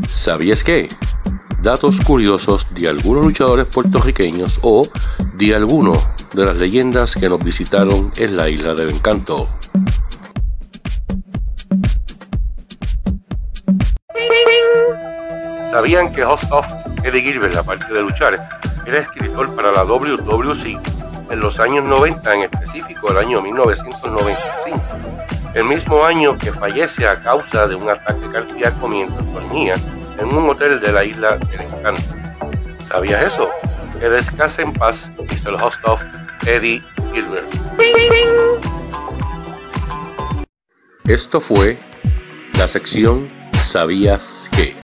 ¿Sabías qué? Datos curiosos de algunos luchadores puertorriqueños o de alguno de las leyendas que nos visitaron en la Isla del Encanto. ¿Sabían que Host of Eddie Gilbert, aparte de luchar, era escritor para la WWC en los años 90, en específico el año 1995? El mismo año que fallece a causa de un ataque cardíaco mientras dormía en un hotel de la Isla del Encanto. ¿Sabías eso? Que descanse en paz, Mr. Host of Eddie Gilbert. Esto fue la sección ¿Sabías qué?